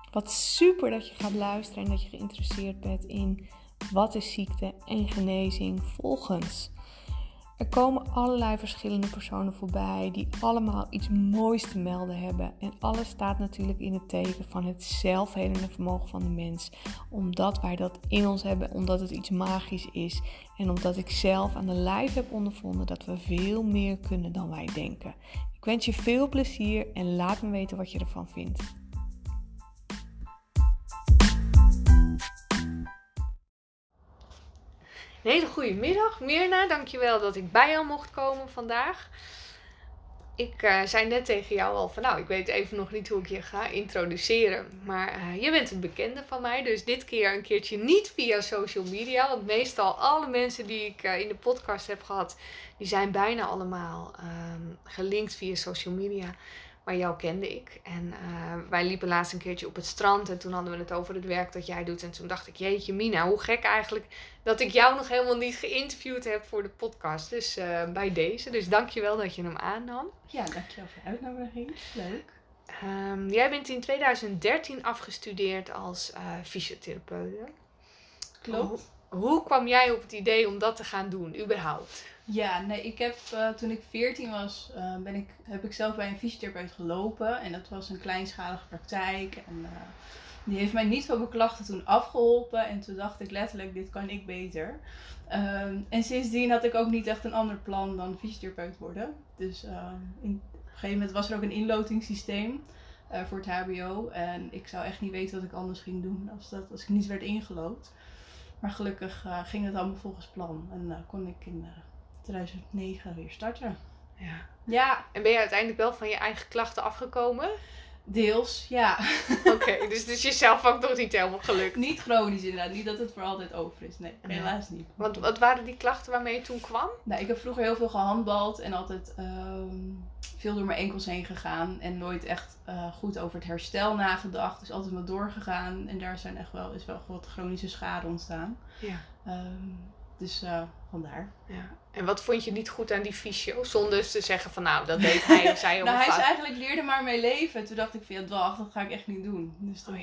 Wat super dat je gaat luisteren en dat je geïnteresseerd bent in wat is ziekte en genezing volgens. Er komen allerlei verschillende personen voorbij die allemaal iets moois te melden hebben. En alles staat natuurlijk in het teken van het zelfhelende vermogen van de mens. Omdat wij dat in ons hebben, omdat het iets magisch is. En omdat ik zelf aan de lijf heb ondervonden dat we veel meer kunnen dan wij denken. Ik wens je veel plezier en laat me weten wat je ervan vindt. Een hele goede middag, Mirna. Dankjewel dat ik bij jou mocht komen vandaag. Ik zei net tegen jou al van ik weet even nog niet hoe ik je ga introduceren. Maar je bent een bekende van mij, dus dit keer een keertje niet via social media. Want meestal alle mensen die ik in de podcast heb gehad, die zijn bijna allemaal gelinkt via social media. Maar jou kende ik. En wij liepen laatst een keertje op het strand. En toen hadden we het over het werk dat jij doet. En toen dacht ik, jeetje Mina, hoe gek eigenlijk dat ik jou nog helemaal niet geïnterviewd heb voor de podcast. Dus bij deze. Dus dankjewel dat je hem aannam. Ja, dankjewel voor de uitnodiging. Leuk. Jij bent in 2013 afgestudeerd als fysiotherapeute. Klopt. Hoe kwam jij op het idee om dat te gaan doen, überhaupt? Ja, nee, ik heb toen ik 14 was, heb ik zelf bij een fysiotherapeut gelopen. En dat was een kleinschalige praktijk. En die heeft mij niet van mijn klachten toen afgeholpen. En toen dacht ik letterlijk, dit kan ik beter. En sindsdien had ik ook niet echt een ander plan dan fysiotherapeut worden. Dus op een gegeven moment was er ook een inlotingssysteem voor het hbo. En ik zou echt niet weten wat ik anders ging doen als ik niet werd ingelood. Maar gelukkig ging het allemaal volgens plan. En kon ik in 2009 weer starten. Ja. En ben je uiteindelijk wel van je eigen klachten afgekomen? Deels, ja. Oké, dus het is jezelf ook nog niet helemaal gelukt. Niet chronisch inderdaad. Niet dat het voor altijd over is. Nee, helaas niet. Wat waren die klachten waarmee je toen kwam? Nou, ik heb vroeger heel veel gehandbald. En altijd veel door mijn enkels heen gegaan. En nooit echt goed over het herstel nagedacht. Dus altijd maar doorgegaan. En daar is wel wat chronische schade ontstaan. Ja. Dus vandaar. Ja. En wat vond je niet goed aan die fysio? Zonder te zeggen van dat deed hij of zij. Nou, hij is eigenlijk leerde maar mee leven. Toen dacht ik van dat ga ik echt niet doen. Dus dat,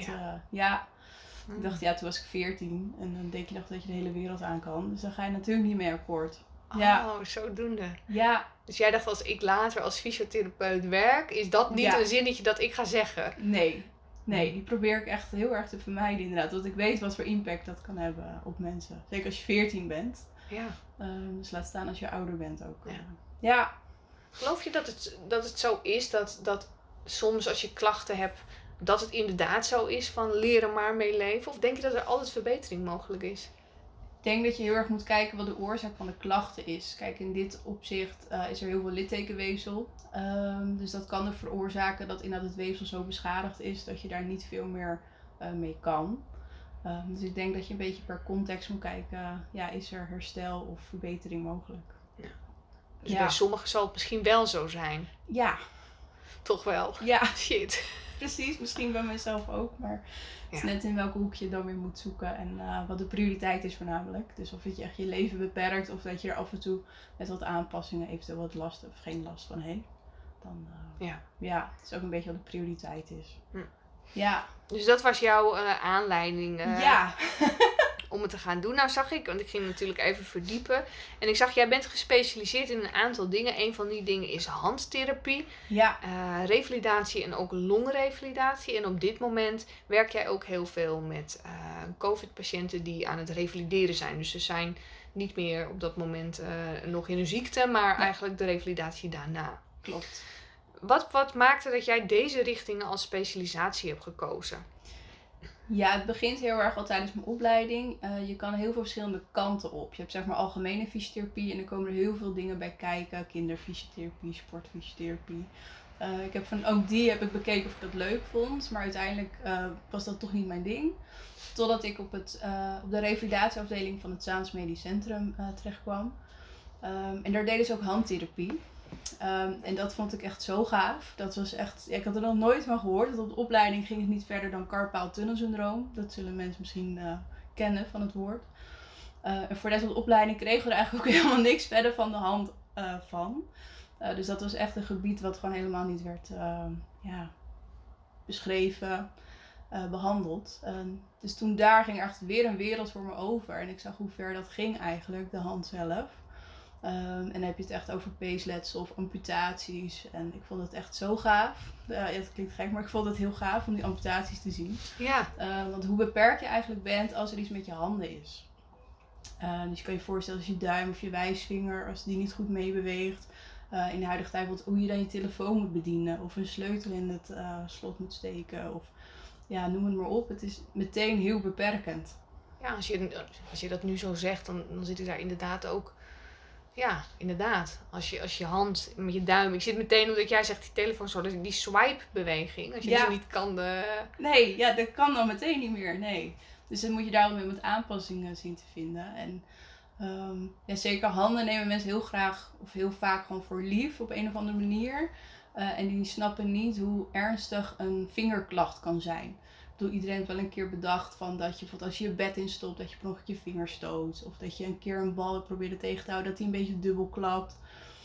Ik dacht toen was ik 14. En dan denk je nog dat je de hele wereld aan kan. Dus dan ga je natuurlijk niet mee akkoord. Oh, zodoende. Ja. Dus jij dacht als ik later als fysiotherapeut werk, is dat niet een zinnetje dat ik ga zeggen? Nee, die probeer ik echt heel erg te vermijden inderdaad. Want ik weet wat voor impact dat kan hebben op mensen. Zeker als je 14 bent. Ja. Dus laat staan als je ouder bent ook. Ja. Geloof je dat het zo is dat soms als je klachten hebt, dat het inderdaad zo is van leren maar mee leven? Of denk je dat er altijd verbetering mogelijk is? Ik denk dat je heel erg moet kijken wat de oorzaak van de klachten is. Kijk, in dit opzicht is er heel veel littekenweefsel. Dus dat kan er veroorzaken dat inderdaad het weefsel zo beschadigd is dat je daar niet veel meer mee kan. Dus ik denk dat je een beetje per context moet kijken, is er herstel of verbetering mogelijk? Ja. Dus bij sommigen zal het misschien wel zo zijn? Ja. Toch wel? Ja. Shit. Precies, misschien bij mezelf ook, maar het is net in welke hoek je dan weer moet zoeken en wat de prioriteit is voornamelijk. Dus of het je echt je leven beperkt of dat je er af en toe met wat aanpassingen eventueel wat last of geen last van heeft. Dan het is ook een beetje wat de prioriteit is. Ja. Dus dat was jouw aanleiding om het te gaan doen. Nou zag ik, want ik ging natuurlijk even verdiepen. En ik zag, jij bent gespecialiseerd in een aantal dingen. Een van die dingen is handtherapie. Ja. Revalidatie en ook longrevalidatie. En op dit moment werk jij ook heel veel met COVID-patiënten die aan het revalideren zijn. Dus ze zijn niet meer op dat moment nog in een ziekte, maar eigenlijk de revalidatie daarna. Klopt. Wat maakte dat jij deze richtingen als specialisatie hebt gekozen? Ja, het begint heel erg al tijdens mijn opleiding. Je kan heel veel verschillende kanten op. Je hebt zeg maar algemene fysiotherapie en er komen er heel veel dingen bij kijken. Kinderfysiotherapie, sportfysiotherapie. Die heb ik bekeken of ik dat leuk vond. Maar uiteindelijk was dat toch niet mijn ding. Totdat ik op de revalidatieafdeling van het Zaans Medisch Centrum terecht kwam. En daar deden ze ook handtherapie. En dat vond ik echt zo gaaf. Dat was echt, ik had er nog nooit van gehoord. Dat op de opleiding ging het niet verder dan carpaaltunnelsyndroom. Dat zullen mensen misschien kennen van het woord. En voor de rest op de opleiding kregen we er eigenlijk ook helemaal niks verder van de hand van. Dus dat was echt een gebied wat gewoon helemaal niet werd beschreven. behandeld. Dus toen daar ging echt weer een wereld voor me over. En ik zag hoe ver dat ging eigenlijk, de hand zelf. En dan heb je het echt over peesletsel of amputaties. En ik vond het echt zo gaaf. Het klinkt gek, maar ik vond het heel gaaf om die amputaties te zien. Ja. Want hoe beperkt je eigenlijk bent als er iets met je handen is. Dus je kan je voorstellen als je duim of je wijsvinger, als die niet goed meebeweegt. In de huidige tijd hoe je dan je telefoon moet bedienen. Of een sleutel in het slot moet steken. Of ja, noem het maar op. Het is meteen heel beperkend. Ja, als je dat nu zo zegt, dan zit ik daar inderdaad ook. Ja, inderdaad. Als je hand met je duim. Ik zit meteen omdat jij zegt die telefoon zo. Die swipe-beweging. Als je die zo niet kan. Nee, ja, dat kan dan meteen niet meer. Nee. Dus dan moet je daar weer met aanpassingen zien te vinden. En zeker handen nemen mensen heel graag of heel vaak gewoon voor lief op een of andere manier. En die snappen niet hoe ernstig een vingerklacht kan zijn. Ik bedoel, iedereen heeft wel een keer bedacht van dat je bijvoorbeeld als je je bed instopt, dat je per ongeluk je vinger stoot. Of dat je een keer een bal probeert tegen te houden, dat die een beetje dubbel klapt.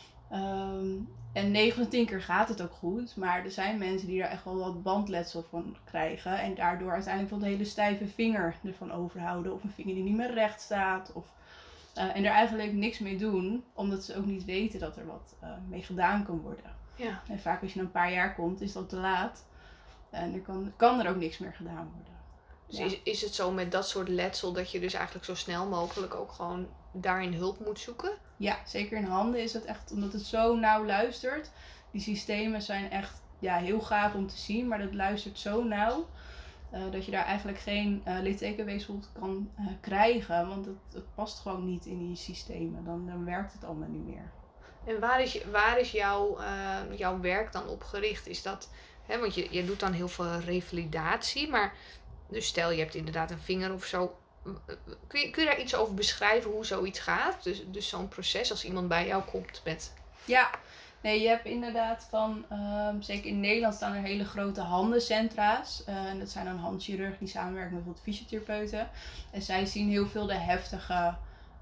En 9 van de 10 keer gaat het ook goed. Maar er zijn mensen die daar echt wel wat bandletsel van krijgen. En daardoor uiteindelijk wel een hele stijve vinger ervan overhouden. Of een vinger die niet meer recht staat. En er eigenlijk niks mee doen. Omdat ze ook niet weten dat er wat mee gedaan kan worden. Ja. En vaak als je na een paar jaar komt, is dat te laat. En er kan er ook niks meer gedaan worden. Dus is het zo met dat soort letsel dat je dus eigenlijk zo snel mogelijk ook gewoon daarin hulp moet zoeken? Ja, zeker in handen is het echt, omdat het zo nauw luistert. Die systemen zijn echt heel gaaf om te zien, maar dat luistert zo nauw. Dat je daar eigenlijk geen littekenweefsel kan krijgen. Want het past gewoon niet in die systemen. Dan werkt het allemaal niet meer. En waar is jouw werk dan op gericht? Is dat, want je doet dan heel veel revalidatie, maar dus stel je hebt inderdaad een vinger of zo. Kun je daar iets over beschrijven hoe zoiets gaat? Dus zo'n proces als iemand bij jou komt met... Ja, nee, je hebt inderdaad zeker in Nederland staan er hele grote handencentra's. En dat zijn dan handchirurgen die samenwerken met bijvoorbeeld fysiotherapeuten. En zij zien heel veel de heftige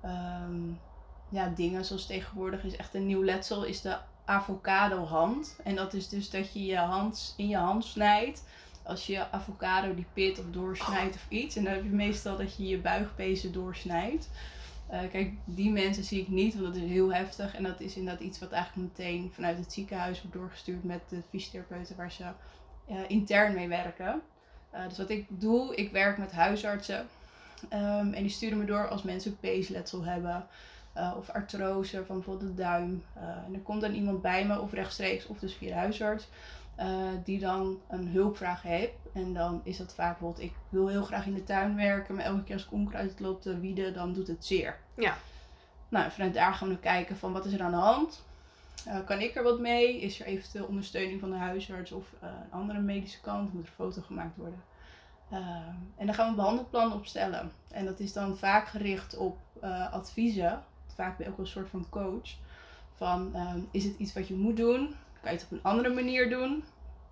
dingen, zoals tegenwoordig is echt een nieuw letsel, is de avocado hand. En dat is dus dat je je hand in je hand snijdt. Als je avocado die pit of doorsnijdt of iets. En dan heb je meestal dat je je buigpezen doorsnijdt. Kijk, die mensen zie ik niet, want dat is heel heftig. En dat is inderdaad iets wat eigenlijk meteen vanuit het ziekenhuis wordt doorgestuurd met de fysiotherapeuten waar ze intern mee werken. Dus wat ik doe, ik werk met huisartsen. En die sturen me door als mensen peesletsel hebben. Of artrose van bijvoorbeeld de duim. En er komt dan iemand bij me, of rechtstreeks, of dus via de huisarts. Die dan een hulpvraag heeft. En dan is dat vaak bijvoorbeeld, ik wil heel graag in de tuin werken, maar elke keer als ik onkruid loop te wieden, dan doet het zeer. Ja. Nou, vanuit daar gaan we kijken van wat is er aan de hand? Kan ik er wat mee? Is er eventueel ondersteuning van de huisarts of een andere medische kant? Moet er een foto gemaakt worden? En dan gaan we een behandelplan opstellen. En dat is dan vaak gericht op adviezen. Vaak ben je ook wel een soort van coach. Van, is het iets wat je moet doen? Kan je het op een andere manier doen?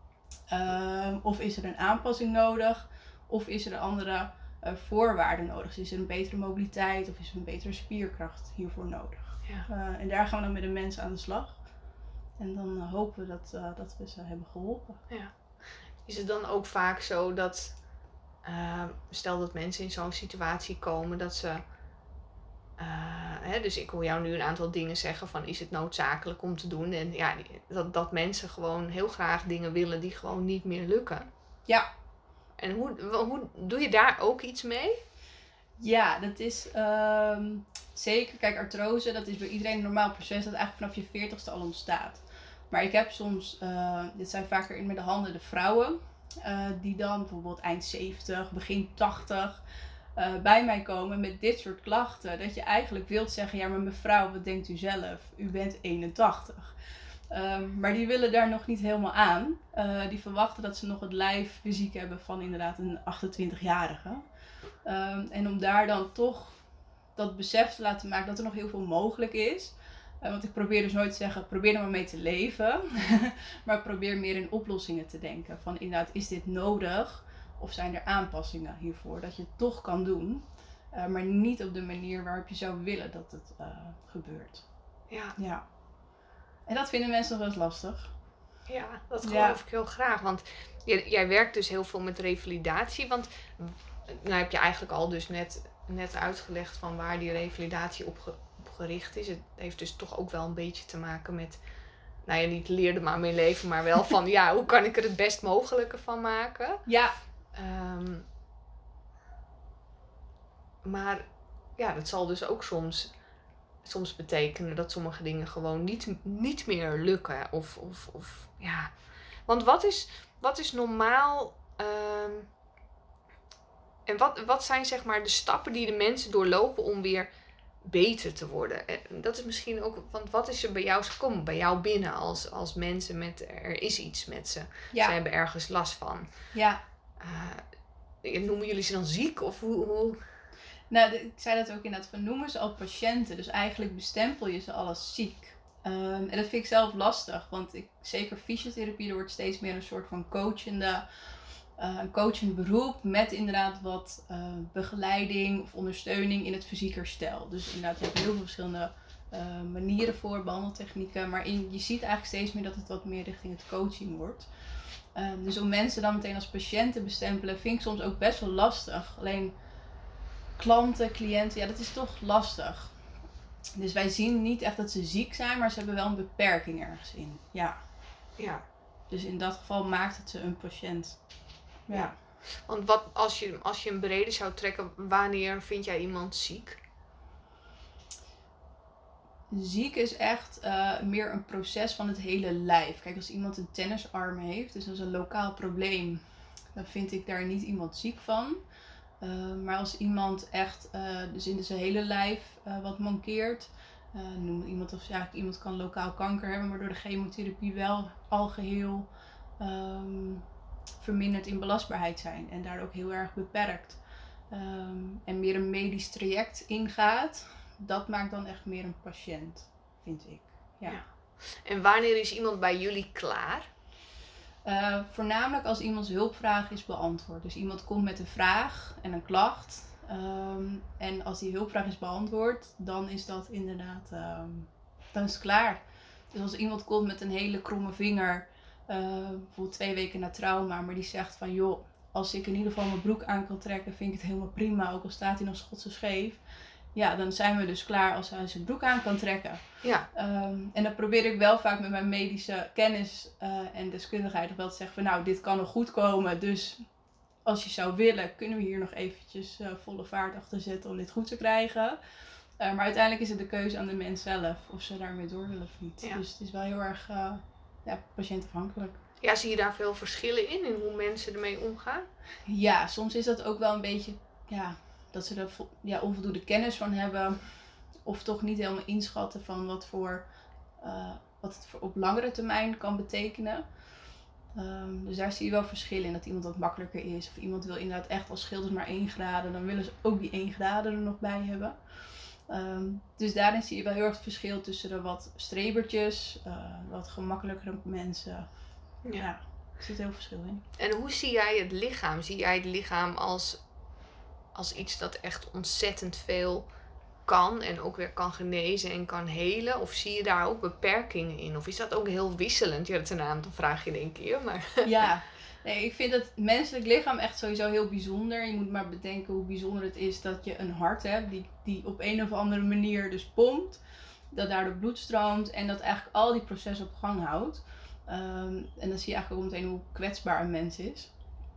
Of is er een aanpassing nodig? Of is er andere voorwaarden nodig? Dus is er een betere mobiliteit of is er een betere spierkracht hiervoor nodig? Ja. En daar gaan we dan met de mensen aan de slag. En dan hopen we dat we ze hebben geholpen. Ja. Is het dan ook vaak zo dat, stel dat mensen in zo'n situatie komen dat ze... dus ik hoor jou nu een aantal dingen zeggen van is het noodzakelijk om te doen. En ja, dat mensen gewoon heel graag dingen willen die gewoon niet meer lukken. Ja. En hoe doe je daar ook iets mee? Ja, dat is zeker, kijk, artrose, dat is bij iedereen een normaal proces dat eigenlijk vanaf je 40ste al ontstaat. Maar ik heb soms, dit zijn vaker met de handen de vrouwen, die dan bijvoorbeeld eind 70, begin 80... bij mij komen met dit soort klachten. Dat je eigenlijk wilt zeggen, ja maar mevrouw, wat denkt u zelf? U bent 81. Maar die willen daar nog niet helemaal aan. Die verwachten dat ze nog het lijf fysiek hebben van inderdaad een 28-jarige. En om daar dan toch dat besef te laten maken dat er nog heel veel mogelijk is. Want ik probeer dus nooit te zeggen, probeer er maar mee te leven. Maar probeer meer in oplossingen te denken. Van inderdaad, is dit nodig? Of zijn er aanpassingen hiervoor dat je het toch kan doen, maar niet op de manier waarop je zou willen dat het gebeurt. Ja. Ja. En dat vinden mensen nog wel eens lastig. Ja, dat Ja. geloof ik heel graag. Want jij werkt dus heel veel met revalidatie. Want nou heb je eigenlijk al dus net uitgelegd van waar die revalidatie op gericht is. Het heeft dus toch ook wel een beetje te maken met, nou ja, niet leer er maar mee leven, maar wel van ja, hoe kan ik er het best mogelijke van maken? Ja. Maar ja, dat zal dus ook soms betekenen dat sommige dingen gewoon niet meer lukken. Of ja. Want wat is normaal? En wat zijn zeg maar de stappen die de mensen doorlopen om weer beter te worden? En dat is misschien ook, want wat is er bij jou gekomen, bij jou binnen als mensen met, er is iets met ze. Ja. Ze hebben ergens last van. Ja. Noemen jullie ze dan ziek? Of hoe? Nou, ik zei dat ook inderdaad, van noemen ze al patiënten. Dus eigenlijk bestempel je ze al als ziek. En dat vind ik zelf lastig. Want zeker fysiotherapie, er wordt steeds meer een soort van coachend beroep. Met inderdaad wat begeleiding of ondersteuning in het fysiek herstel. Dus inderdaad, je hebt heel veel verschillende manieren voor, behandeltechnieken. Maar je ziet eigenlijk steeds meer dat het wat meer richting het coaching wordt. Dus om mensen dan meteen als patiënt te bestempelen, vind ik soms ook best wel lastig. Alleen klanten, cliënten, ja, dat is toch lastig. Dus wij zien niet echt dat ze ziek zijn, maar ze hebben wel een beperking ergens in. Ja. Ja. Dus in dat geval maakt het ze een patiënt. Ja. Want als je een brede zou trekken, wanneer vind jij iemand ziek? Ziek is echt meer een proces van het hele lijf. Kijk, als iemand een tennisarm heeft, dus dat is een lokaal probleem, dan vind ik daar niet iemand ziek van. Maar als iemand echt dus in zijn hele lijf wat mankeert, noem iemand of ja, iemand kan lokaal kanker hebben, maar door de chemotherapie wel al geheel verminderd in belastbaarheid zijn en daardoor ook heel erg beperkt. En meer een medisch traject ingaat, dat maakt dan echt meer een patiënt, vind ik. Ja. En wanneer is iemand bij jullie klaar? Voornamelijk als iemands hulpvraag is beantwoord. Dus iemand komt met een vraag en een klacht. En als die hulpvraag is beantwoord, dan is dat inderdaad dan is het klaar. Dus als iemand komt met een hele kromme vinger, bijvoorbeeld 2 weken na trauma, maar die zegt van joh, als ik in ieder geval mijn broek aan kan trekken, vind ik het helemaal prima, ook al staat hij nog schotse scheef. Ja, dan zijn we dus klaar als hij zijn broek aan kan trekken. Ja. En dan probeer ik wel vaak met mijn medische kennis en deskundigheid nog wel te zeggen van nou, dit kan nog goed komen. Dus als je zou willen, kunnen we hier nog eventjes volle vaart achter zetten om dit goed te krijgen. Maar uiteindelijk is het de keuze aan de mens zelf of ze daarmee door willen of niet. Ja. Dus het is wel heel erg patiëntafhankelijk. Ja, zie je daar veel verschillen in hoe mensen ermee omgaan? Ja, soms is dat ook wel een beetje dat ze er onvoldoende kennis van hebben. Of toch niet helemaal inschatten van wat het op langere termijn kan betekenen. Dus daar zie je wel verschillen in. Dat iemand wat makkelijker is. Of iemand wil inderdaad echt, als scheelt het maar 1 graden. Dan willen ze ook die 1 graden er nog bij hebben. Dus daarin zie je wel heel erg het verschil tussen de wat strebertjes. Wat gemakkelijkere mensen. Ja, er zit heel verschil in. En hoe zie jij het lichaam? Zie jij het lichaam als iets dat echt ontzettend veel kan en ook weer kan genezen en kan helen? Of zie je daar ook beperkingen in? Of is dat ook heel wisselend? Ja, dat is een aantal vragen in 1 keer, maar... Ja, nee, ik vind het menselijk lichaam echt sowieso heel bijzonder. Je moet maar bedenken hoe bijzonder het is dat je een hart hebt die op een of andere manier dus pompt. Dat daardoor bloed stroomt en dat eigenlijk al die processen op gang houdt. En dan zie je eigenlijk ook meteen hoe kwetsbaar een mens is.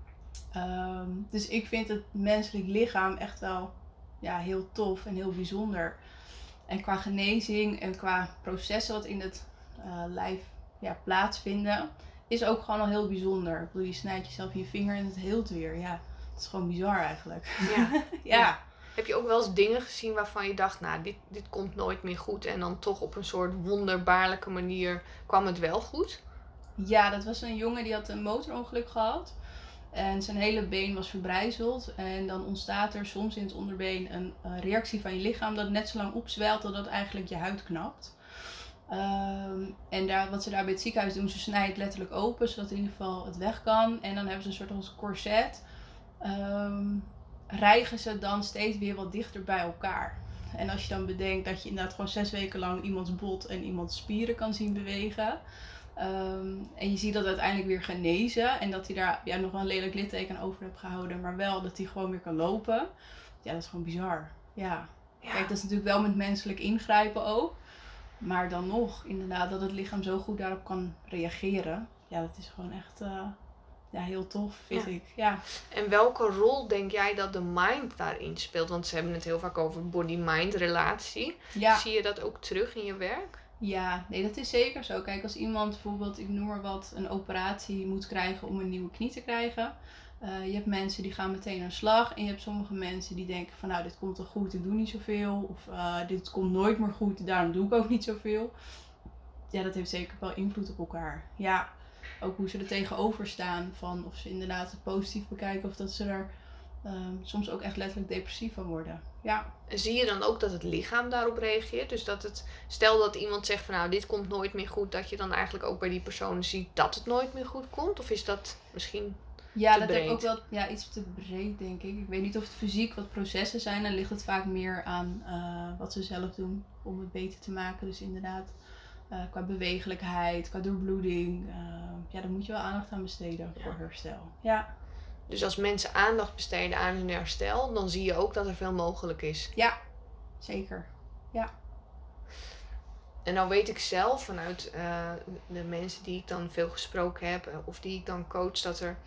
Dus ik vind het menselijk lichaam echt wel heel tof en heel bijzonder. En qua genezing en qua processen wat in het lijf plaatsvinden, is ook gewoon al heel bijzonder. Ik bedoel, je snijdt jezelf in je vinger en het heelt weer. Ja, het is gewoon bizar eigenlijk. Ja. Ja. Heb je ook wel eens dingen gezien waarvan je dacht, nou, dit komt nooit meer goed. En dan toch op een soort wonderbaarlijke manier kwam het wel goed? Ja, dat was een jongen die had een motorongeluk gehad. En zijn hele been was verbrijzeld. En dan ontstaat er soms in het onderbeen een reactie van je lichaam dat net zo lang opzwelt totdat eigenlijk je huid knapt. En wat ze daar bij het ziekenhuis doen, ze snijden het letterlijk open zodat in ieder geval het weg kan. En dan hebben ze een soort als corset. Rijgen ze dan steeds weer wat dichter bij elkaar. En als je dan bedenkt dat je inderdaad gewoon 6 weken lang iemands bot en iemands spieren kan zien bewegen. En je ziet dat uiteindelijk weer genezen. En dat hij daar nog wel een lelijk litteken aan over heeft gehouden. Maar wel dat hij gewoon weer kan lopen. Ja, dat is gewoon bizar. Ja. Kijk, dat is natuurlijk wel met menselijk ingrijpen ook. Maar dan nog, inderdaad, dat het lichaam zo goed daarop kan reageren. Ja, dat is gewoon echt heel tof, vind ik. Ja. En welke rol denk jij dat de mind daarin speelt? Want ze hebben het heel vaak over body-mind relatie. Ja. Zie je dat ook terug in je werk? Ja, nee, dat is zeker zo. Kijk, als iemand bijvoorbeeld, ik noem maar wat, een operatie moet krijgen om een nieuwe knie te krijgen. Je hebt mensen die gaan meteen aan de slag. En je hebt sommige mensen die denken van nou, dit komt toch goed, ik doe niet zoveel. Of dit komt nooit meer goed, daarom doe ik ook niet zoveel. Ja, dat heeft zeker wel invloed op elkaar. Ja, ook hoe ze er tegenover staan. Van of ze inderdaad het positief bekijken of dat ze er soms ook echt letterlijk depressief van worden. Ja. Zie je dan ook dat het lichaam daarop reageert? Dus stel dat iemand zegt van nou, dit komt nooit meer goed. Dat je dan eigenlijk ook bij die persoon ziet dat het nooit meer goed komt? Of is dat misschien Ja, te dat breed? heb ik ook wel iets te breed, denk ik. Ik weet niet of het fysiek wat processen zijn. Dan ligt het vaak meer aan wat ze zelf doen om het beter te maken. Dus inderdaad, qua bewegelijkheid, qua doorbloeding. Daar moet je wel aandacht aan besteden voor herstel. Ja. Dus als mensen aandacht besteden aan hun herstel, dan zie je ook dat er veel mogelijk is. Ja, zeker. Ja. En nou weet ik zelf vanuit de mensen die ik dan veel gesproken heb, of die ik dan coach, dat er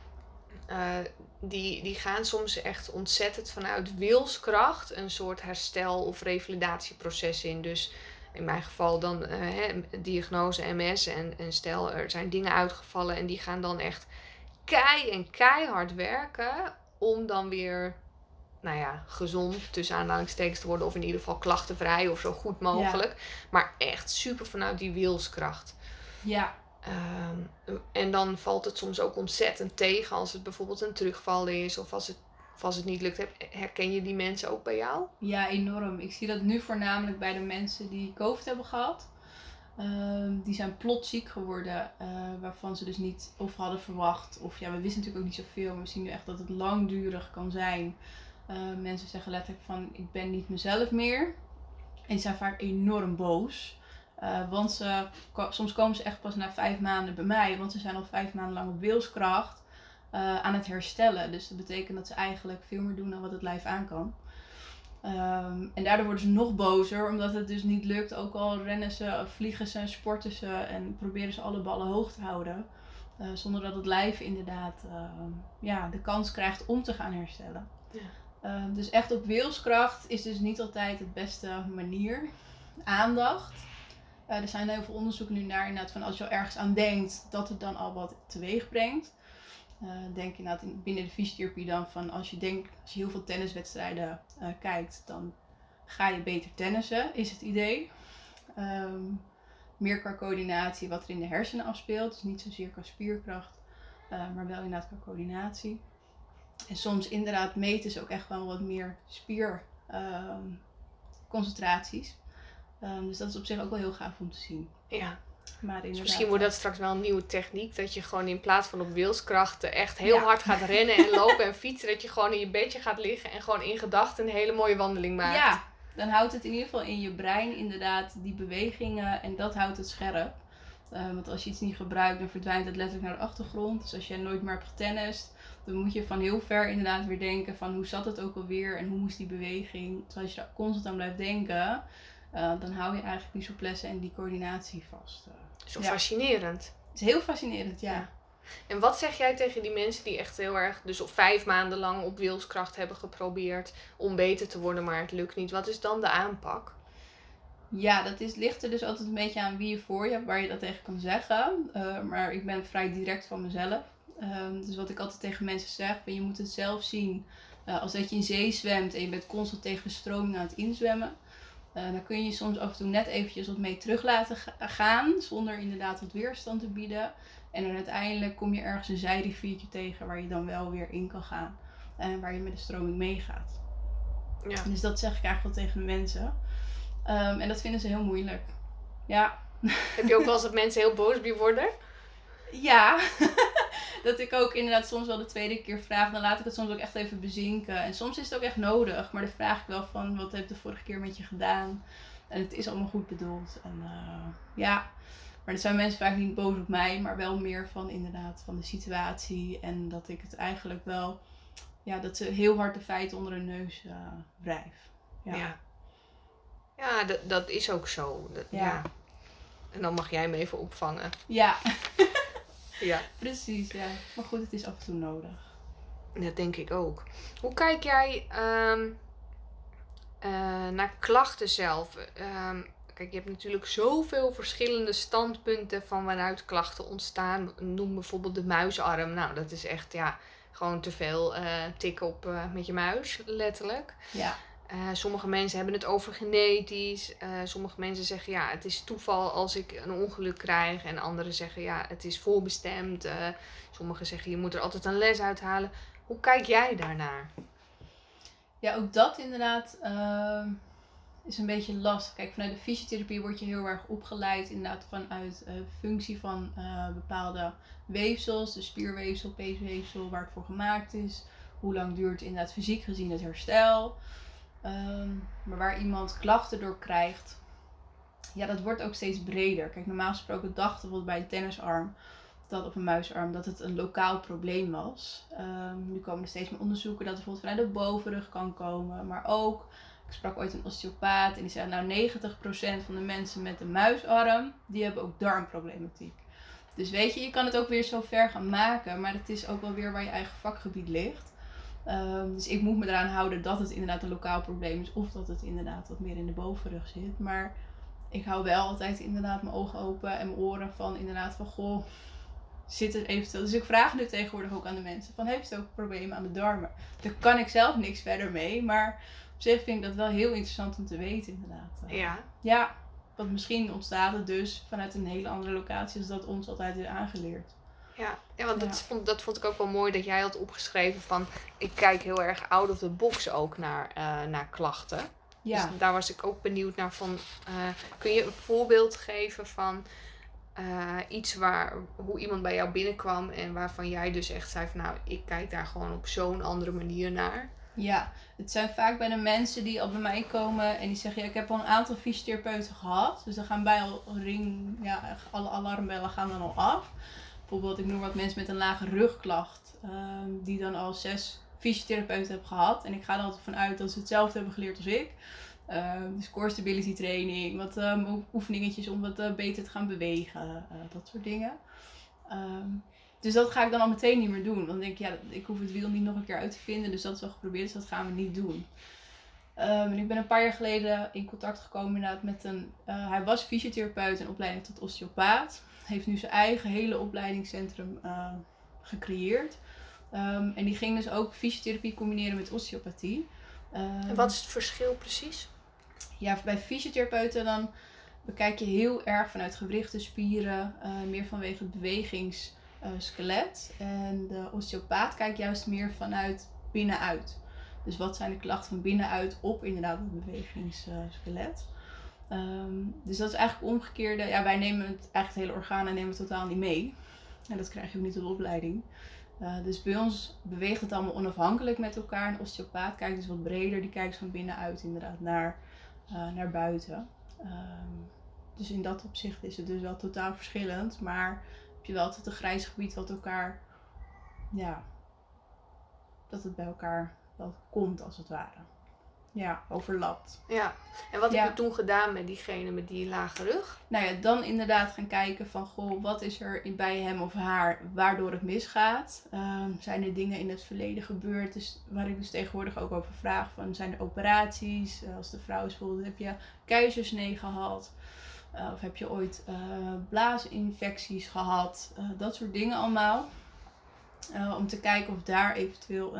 die gaan soms echt ontzettend vanuit wilskracht een soort herstel- of revalidatieproces in. Dus in mijn geval dan diagnose MS en stel er zijn dingen uitgevallen en die gaan dan echt keihard werken om dan weer gezond tussen aanhalingstekens te worden, of in ieder geval klachtenvrij of zo goed mogelijk. Ja. Maar echt super vanuit die wilskracht. Ja. En dan valt het soms ook ontzettend tegen als het bijvoorbeeld een terugval is of als het niet lukt. Herken je die mensen ook bij jou? Ja, enorm. Ik zie dat nu voornamelijk bij de mensen die COVID hebben gehad. Die zijn plots ziek geworden, waarvan ze dus niet of hadden verwacht. Of ja, we wisten natuurlijk ook niet zoveel, maar we zien nu echt dat het langdurig kan zijn. Mensen zeggen letterlijk van, ik ben niet mezelf meer. En die zijn vaak enorm boos. Want soms komen ze echt pas na 5 maanden bij mij. Want ze zijn al 5 maanden lang op wilskracht aan het herstellen. Dus dat betekent dat ze eigenlijk veel meer doen dan wat het lijf aan kan. En daardoor worden ze nog bozer, omdat het dus niet lukt. Ook al rennen ze, of vliegen ze, sporten ze en proberen ze alle ballen hoog te houden. Zonder dat het lijf inderdaad de kans krijgt om te gaan herstellen. Ja. Dus echt op wilskracht is dus niet altijd de beste manier. Aandacht. Er zijn heel veel onderzoeken nu naar inderdaad van als je al ergens aan denkt, dat het dan al wat teweeg brengt. Denk inderdaad binnen de fysiotherapie dan van als je heel veel tenniswedstrijden kijkt, dan ga je beter tennissen, is het idee. Meer qua coördinatie wat er in de hersenen afspeelt. Dus niet zozeer qua spierkracht, maar wel inderdaad qua coördinatie. En soms inderdaad meten ze ook echt wel wat meer spierconcentraties. Dus dat is op zich ook wel heel gaaf om te zien. Ja. Maar dus misschien wordt dat straks wel een nieuwe techniek. Dat je gewoon in plaats van op wilskrachten echt heel hard gaat rennen en lopen en fietsen. Dat je gewoon in je bedje gaat liggen en gewoon in gedachten een hele mooie wandeling maakt. Ja, dan houdt het in ieder geval in je brein inderdaad die bewegingen en dat houdt het scherp. Want als je iets niet gebruikt, dan verdwijnt het letterlijk naar de achtergrond. Dus als je nooit meer hebt getennist, dan moet je van heel ver inderdaad weer denken van hoe zat het ook alweer en hoe moest die beweging. Dus als je daar constant aan blijft denken, dan hou je eigenlijk die souplesse en die coördinatie vast. Zo fascinerend. Het is heel fascinerend, ja. En wat zeg jij tegen die mensen die echt heel erg, dus 5 maanden lang op wilskracht hebben geprobeerd om beter te worden, maar het lukt niet? Wat is dan de aanpak? Ja, ligt er dus altijd een beetje aan wie je voor je hebt, waar je dat tegen kan zeggen. Maar ik ben vrij direct van mezelf. Dus wat ik altijd tegen mensen zeg, je moet het zelf zien. Als dat je in zee zwemt en je bent constant tegen de stroming aan het inzwemmen. Dan kun je soms af en toe net eventjes wat mee terug laten gaan, zonder inderdaad wat weerstand te bieden. En dan uiteindelijk kom je ergens een zijriviertje tegen waar je dan wel weer in kan gaan. En waar je met de stroming meegaat. Ja. Dus dat zeg ik eigenlijk wel tegen de mensen. En dat vinden ze heel moeilijk. Ja. Heb je ook wel eens dat mensen heel boos op je worden? Ja. Dat ik ook inderdaad soms wel de tweede keer vraag. Dan laat ik het soms ook echt even bezinken. En soms is het ook echt nodig. Maar dan vraag ik wel van, wat heb je de vorige keer met je gedaan? En het is allemaal goed bedoeld. En Maar dat zijn mensen vaak niet boos op mij, maar wel meer van inderdaad van de situatie. En dat ik het eigenlijk wel, ja, dat ze heel hard de feiten onder hun neus wrijf. Ja, ja dat is ook zo. Ja. En dan mag jij me even opvangen. Ja. Ja. Precies, ja. Maar goed, het is af en toe nodig. Dat denk ik ook. Hoe kijk jij naar klachten zelf? Kijk, je hebt natuurlijk zoveel verschillende standpunten van waaruit klachten ontstaan. Noem bijvoorbeeld de muisarm. Nou, dat is echt gewoon te veel tikken op met je muis, letterlijk. Ja. Sommige mensen hebben het over genetisch. Sommige mensen zeggen het is toeval als ik een ongeluk krijg. En anderen zeggen het is voorbestemd. Sommigen zeggen je moet er altijd een les uithalen. Hoe kijk jij daarnaar? Ja, ook dat inderdaad is een beetje lastig. Kijk, vanuit de fysiotherapie word je heel erg opgeleid inderdaad vanuit functie van bepaalde weefsels. Dus spierweefsel, peesweefsel, waar het voor gemaakt is. Hoe lang duurt inderdaad fysiek gezien het herstel. Maar waar iemand klachten door krijgt, dat wordt ook steeds breder. Kijk, normaal gesproken dachten bijvoorbeeld bij een tennisarm of een muisarm dat het een lokaal probleem was. Nu komen er steeds meer onderzoeken dat het bijvoorbeeld vanuit de bovenrug kan komen. Maar ook, ik sprak ooit een osteopaat en die zei nou 90% van de mensen met een muisarm, die hebben ook darmproblematiek. Dus weet je, je kan het ook weer zo ver gaan maken, maar het is ook wel weer waar je eigen vakgebied ligt. Dus ik moet me eraan houden dat het inderdaad een lokaal probleem is of dat het inderdaad wat meer in de bovenrug zit. Maar ik hou wel altijd inderdaad mijn ogen open en mijn oren van inderdaad van goh, zit er eventueel. Dus ik vraag nu tegenwoordig ook aan de mensen van heeft het ook problemen aan de darmen? Daar kan ik zelf niks verder mee, maar op zich vind ik dat wel heel interessant om te weten inderdaad. Ja, want misschien ontstaat het dus vanuit een hele andere locatie als dat ons altijd is aangeleerd. Ja, want dat vond ik ook wel mooi dat jij had opgeschreven van ik kijk heel erg out of the box ook naar klachten. Ja. Dus daar was ik ook benieuwd naar van kun je een voorbeeld geven van iets hoe iemand bij jou binnenkwam en waarvan jij dus echt zei van nou ik kijk daar gewoon op zo'n andere manier naar. Ja, het zijn vaak bij de mensen die al bij mij komen en die zeggen ik heb al een aantal fysiotherapeuten gehad. Dus dan gaan bij al alle alarmbellen gaan dan al af. Bijvoorbeeld, ik noem wat mensen met een lage rugklacht, die dan al 6 fysiotherapeuten hebben gehad. En ik ga er altijd vanuit dat ze hetzelfde hebben geleerd als ik. Dus core stability training, wat oefeningetjes om wat beter te gaan bewegen, dat soort dingen. Dus dat ga ik dan al meteen niet meer doen. Want dan denk ik, ik hoef het wiel niet nog een keer uit te vinden. Dus dat is wel geprobeerd, dus dat gaan we niet doen. En ik ben een paar jaar geleden in contact gekomen inderdaad met hij was fysiotherapeut en opleiding tot osteopaat. Heeft nu zijn eigen hele opleidingscentrum gecreëerd. En die ging dus ook fysiotherapie combineren met osteopathie. En wat is het verschil precies? Ja, bij fysiotherapeuten dan bekijk je heel erg vanuit gewrichten, spieren, meer vanwege het bewegingsskelet. En de osteopaat kijkt juist meer vanuit binnenuit. Dus wat zijn de klachten van binnenuit op inderdaad het bewegingsskelet. Dus dat is eigenlijk omgekeerde. Ja, wij nemen eigenlijk het hele orgaan en nemen het totaal niet mee. En dat krijg je ook niet op de opleiding. Dus bij ons beweegt het allemaal onafhankelijk met elkaar. Een osteopaat kijkt dus wat breder. Die kijkt van binnenuit inderdaad naar buiten. Dus in dat opzicht is het dus wel totaal verschillend. Maar heb je wel altijd een grijs gebied wat elkaar... Ja, dat het bij elkaar wel komt als het ware. Ja, overlapt. Ja, en wat heb je toen gedaan met diegene met die lage rug? Nou ja, dan inderdaad gaan kijken van, goh, wat is er bij hem of haar waardoor het misgaat? Zijn er dingen in het verleden gebeurd? Dus waar ik dus tegenwoordig ook over vraag, van, zijn er operaties? Als de vrouw is bijvoorbeeld, heb je keizersnee gehad? Of heb je ooit blaasinfecties gehad? Dat soort dingen allemaal. Om te kijken of daar eventueel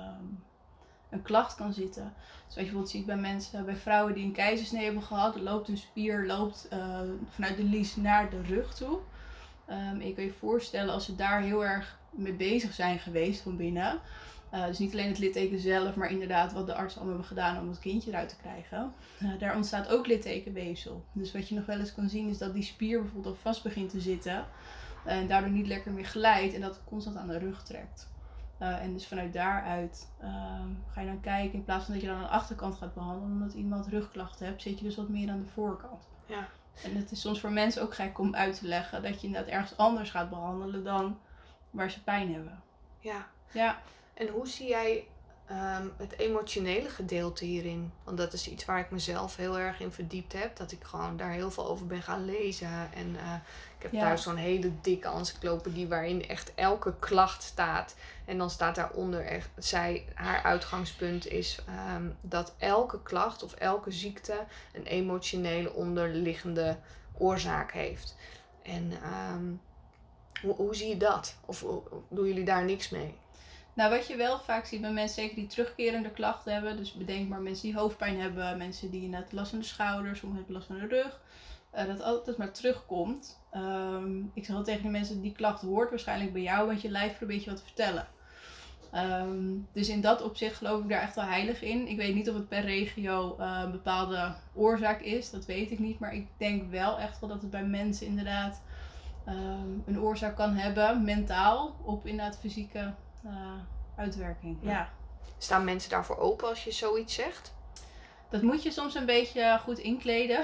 een klacht kan zitten. Dus wat je bijvoorbeeld ziet bij mensen, bij vrouwen die een keizersnee hebben gehad, loopt een spier vanuit de lies naar de rug toe. En je kan je voorstellen als ze daar heel erg mee bezig zijn geweest van binnen. Dus niet alleen het litteken zelf, maar inderdaad wat de artsen allemaal hebben gedaan om het kindje eruit te krijgen. Daar ontstaat ook littekenweefsel. Dus wat je nog wel eens kan zien is dat die spier bijvoorbeeld al vast begint te zitten. En daardoor niet lekker meer glijdt en dat het constant aan de rug trekt. En dus vanuit daaruit ga je dan kijken, in plaats van dat je dan aan de achterkant gaat behandelen, omdat iemand rugklachten hebt, zit je dus wat meer aan de voorkant. Ja. En het is soms voor mensen ook gek om uit te leggen dat je inderdaad ergens anders gaat behandelen dan waar ze pijn hebben. Ja. Ja. En hoe zie jij het emotionele gedeelte hierin? Want dat is iets waar ik mezelf heel erg in verdiept heb. Dat ik gewoon daar heel veel over ben gaan lezen. En ik heb thuis zo'n hele dikke encyclopedie waarin echt elke klacht staat. En dan staat daaronder echt, haar uitgangspunt is dat elke klacht of elke ziekte een emotionele onderliggende oorzaak heeft. En hoe zie je dat? Of doen jullie daar niks mee? Nou, wat je wel vaak ziet bij mensen, zeker die terugkerende klachten hebben. Dus bedenk maar mensen die hoofdpijn hebben, mensen die inderdaad last van de schouders, sommigen hebben last van de rug. Dat altijd maar terugkomt. Ik zeg al tegen die mensen, die klacht hoort waarschijnlijk bij jou, want je lijf probeert je wat te vertellen. Dus in dat opzicht geloof ik daar echt wel heilig in. Ik weet niet of het per regio een bepaalde oorzaak is, dat weet ik niet. Maar ik denk wel echt wel dat het bij mensen inderdaad een oorzaak kan hebben, mentaal, op inderdaad fysieke uitwerking. Ja. Staan mensen daarvoor open als je zoiets zegt? Dat moet je soms een beetje goed inkleden.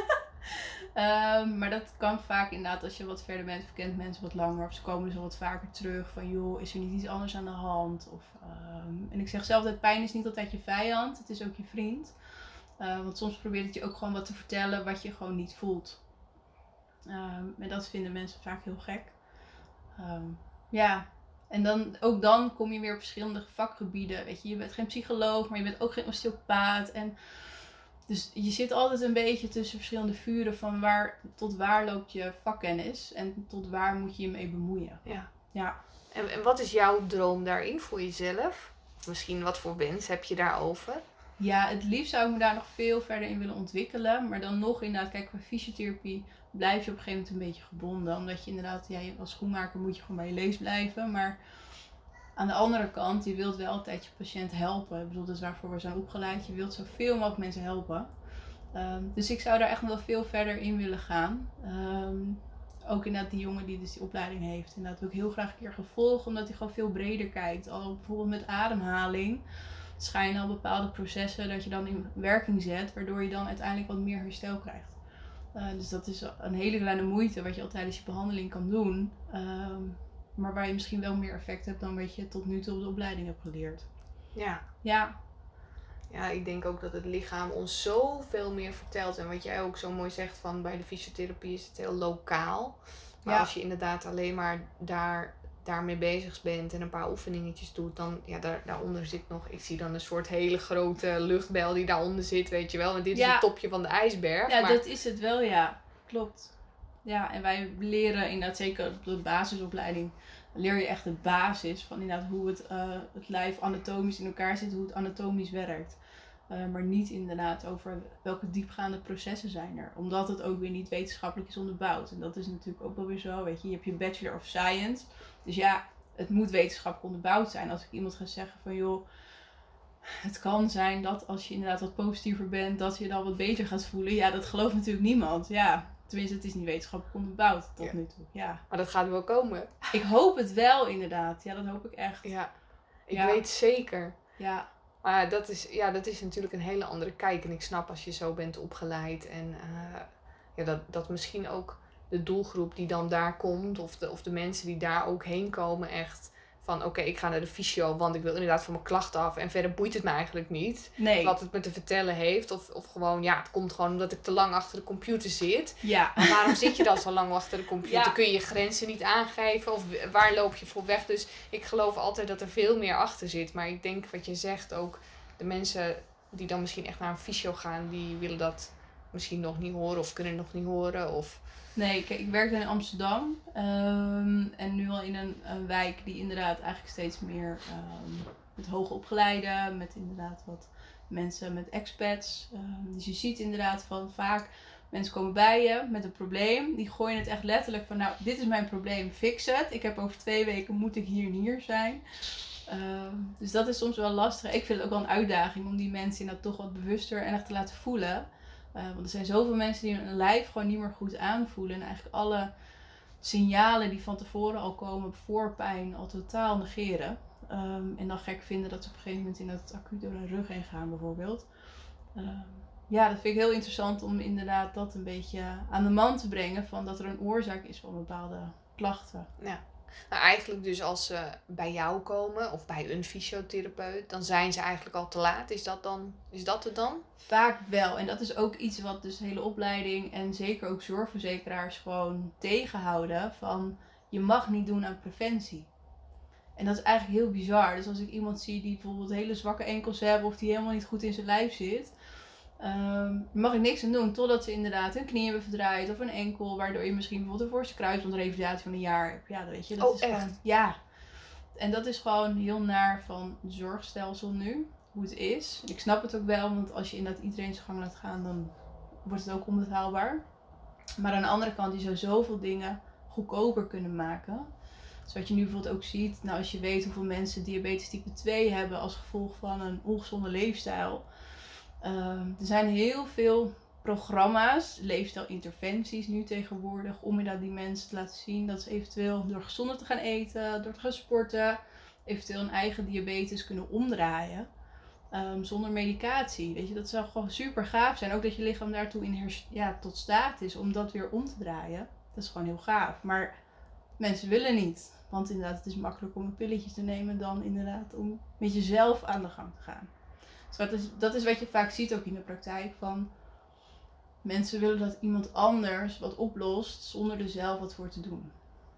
Maar dat kan vaak inderdaad als je wat verder bent, verkent mensen wat langer. Of ze komen zo wat vaker terug van joh, is er niet iets anders aan de hand? En ik zeg zelf dat pijn is niet altijd je vijand, het is ook je vriend. Want soms probeert het je ook gewoon wat te vertellen wat je gewoon niet voelt. En dat vinden mensen vaak heel gek. Ja. En ook dan kom je weer op verschillende vakgebieden. Weet je bent geen psycholoog, maar je bent ook geen osteopaat. En dus je zit altijd een beetje tussen verschillende vuren van tot waar loopt je vakkennis en tot waar moet je je mee bemoeien. Ja. En wat is jouw droom daarin voor jezelf? Of misschien wat voor wens heb je daarover? Ja, het liefst zou ik me daar nog veel verder in willen ontwikkelen. Maar dan nog inderdaad, kijk, bij fysiotherapie blijf je op een gegeven moment een beetje gebonden. Omdat je inderdaad, als schoenmaker moet je gewoon bij je lees blijven. Maar aan de andere kant, je wilt wel altijd je patiënt helpen. Ik bedoel, dat is waarvoor we zijn opgeleid. Je wilt zoveel mogelijk mensen helpen. Dus ik zou daar echt nog wel veel verder in willen gaan. Ook inderdaad die jongen die dus die opleiding heeft. Inderdaad wil ik heel graag een keer gevolgd, omdat hij gewoon veel breder kijkt. Al bijvoorbeeld met ademhaling. Het schijnen al bepaalde processen dat je dan in werking zet, waardoor je dan uiteindelijk wat meer herstel krijgt. Dus dat is een hele kleine moeite wat je al tijdens je behandeling kan doen. Maar waar je misschien wel meer effect hebt dan wat je tot nu toe op de opleiding hebt geleerd. Ja, ik denk ook dat het lichaam ons zoveel meer vertelt. En wat jij ook zo mooi zegt van bij de fysiotherapie is het heel lokaal. Maar als je inderdaad alleen maar daarmee bezig bent en een paar oefeningetjes doet, dan daaronder zit nog, ik zie dan een soort hele grote luchtbel die daaronder zit, weet je wel. Want dit is het topje van de ijsberg. Ja, maar dat is het wel, ja. Klopt. Ja, en wij leren inderdaad, zeker op de basisopleiding, leer je echt de basis van inderdaad hoe het lijf anatomisch in elkaar zit, hoe het anatomisch werkt. Maar niet inderdaad over welke diepgaande processen zijn er. Omdat het ook weer niet wetenschappelijk is onderbouwd. En dat is natuurlijk ook wel weer zo, weet je. Je hebt je Bachelor of Science. Dus ja, het moet wetenschappelijk onderbouwd zijn. Als ik iemand ga zeggen van joh, het kan zijn dat als je inderdaad wat positiever bent, dat je dan wat beter gaat voelen. Ja, dat gelooft natuurlijk niemand. Ja, tenminste, het is niet wetenschappelijk onderbouwd tot nu toe. Ja. Maar dat gaat wel komen. Ik hoop het wel, inderdaad. Ja, dat hoop ik echt. Ja, ik weet zeker. Ja. Maar dat is natuurlijk een hele andere kijk. En ik snap als je zo bent opgeleid. En dat misschien ook de doelgroep die dan daar komt. Of de mensen die daar ook heen komen echt. Van oké, ik ga naar de fysio, want ik wil inderdaad van mijn klachten af. En verder boeit het me eigenlijk niet wat het me te vertellen heeft. Of gewoon, het komt gewoon omdat ik te lang achter de computer zit. Ja. Maar waarom zit je dan zo lang achter de computer? Ja. Kun je je grenzen niet aangeven? Of waar loop je voor weg? Dus ik geloof altijd dat er veel meer achter zit. Maar ik denk wat je zegt ook, de mensen die dan misschien echt naar een fysio gaan, die willen dat misschien nog niet horen of kunnen nog niet horen. Nee, kijk, ik werkte in Amsterdam en nu al in een wijk die inderdaad eigenlijk steeds meer met hoogopgeleide, met inderdaad wat mensen met expats. Dus je ziet inderdaad van vaak mensen komen bij je met een probleem. Die gooien het echt letterlijk van nou, dit is mijn probleem, fix het. Ik heb over 2 weken moet ik hier en hier zijn. Dus dat is soms wel lastig. Ik vind het ook wel een uitdaging om die mensen inderdaad toch wat bewuster en echt te laten voelen. Want er zijn zoveel mensen die hun lijf gewoon niet meer goed aanvoelen. En eigenlijk alle signalen die van tevoren al komen voor pijn al totaal negeren. En dan gek vinden dat ze op een gegeven moment in dat acuut door hun rug heen gaan bijvoorbeeld. Ja, dat vind ik heel interessant om inderdaad dat een beetje aan de man te brengen. Van dat er een oorzaak is van bepaalde klachten. Ja. Nou, eigenlijk dus als ze bij jou komen of bij een fysiotherapeut, dan zijn ze eigenlijk al te laat. Is dat het dan? Vaak wel. En dat is ook iets wat dus de hele opleiding en zeker ook zorgverzekeraars gewoon tegenhouden. Van je mag niet doen aan preventie. En dat is eigenlijk heel bizar. Dus als ik iemand zie die bijvoorbeeld hele zwakke enkels hebben of die helemaal niet goed in zijn lijf zit, mag ik niks aan doen totdat ze inderdaad hun knie hebben verdraaid of een enkel, waardoor je misschien bijvoorbeeld een voorste kruisbandrevalidatie van een jaar hebt. Ja, dat weet je. Dat is echt? gewoon, ja. En dat is gewoon heel naar van het zorgstelsel nu, hoe het is. Ik snap het ook wel, want als je inderdaad iedereen zijn gang laat gaan, dan wordt het ook onbetaalbaar. Maar aan de andere kant, je zou zoveel dingen goedkoper kunnen maken. Dus wat je nu bijvoorbeeld ook ziet, nou als je weet hoeveel mensen diabetes type 2 hebben als gevolg van een ongezonde leefstijl. Er zijn heel veel programma's, leefstijlinterventies nu tegenwoordig, om inderdaad die mensen te laten zien dat ze eventueel door gezonder te gaan eten, door te gaan sporten, eventueel een eigen diabetes kunnen omdraaien. Zonder medicatie. Weet je, dat zou gewoon super gaaf zijn. Ook dat je lichaam daartoe tot staat is om dat weer om te draaien. Dat is gewoon heel gaaf. Maar mensen willen niet. Want inderdaad, het is makkelijker om een pilletje te nemen dan inderdaad om met jezelf aan de gang te gaan. Dus dat is wat je vaak ziet ook in de praktijk. Van mensen willen dat iemand anders wat oplost zonder er zelf wat voor te doen.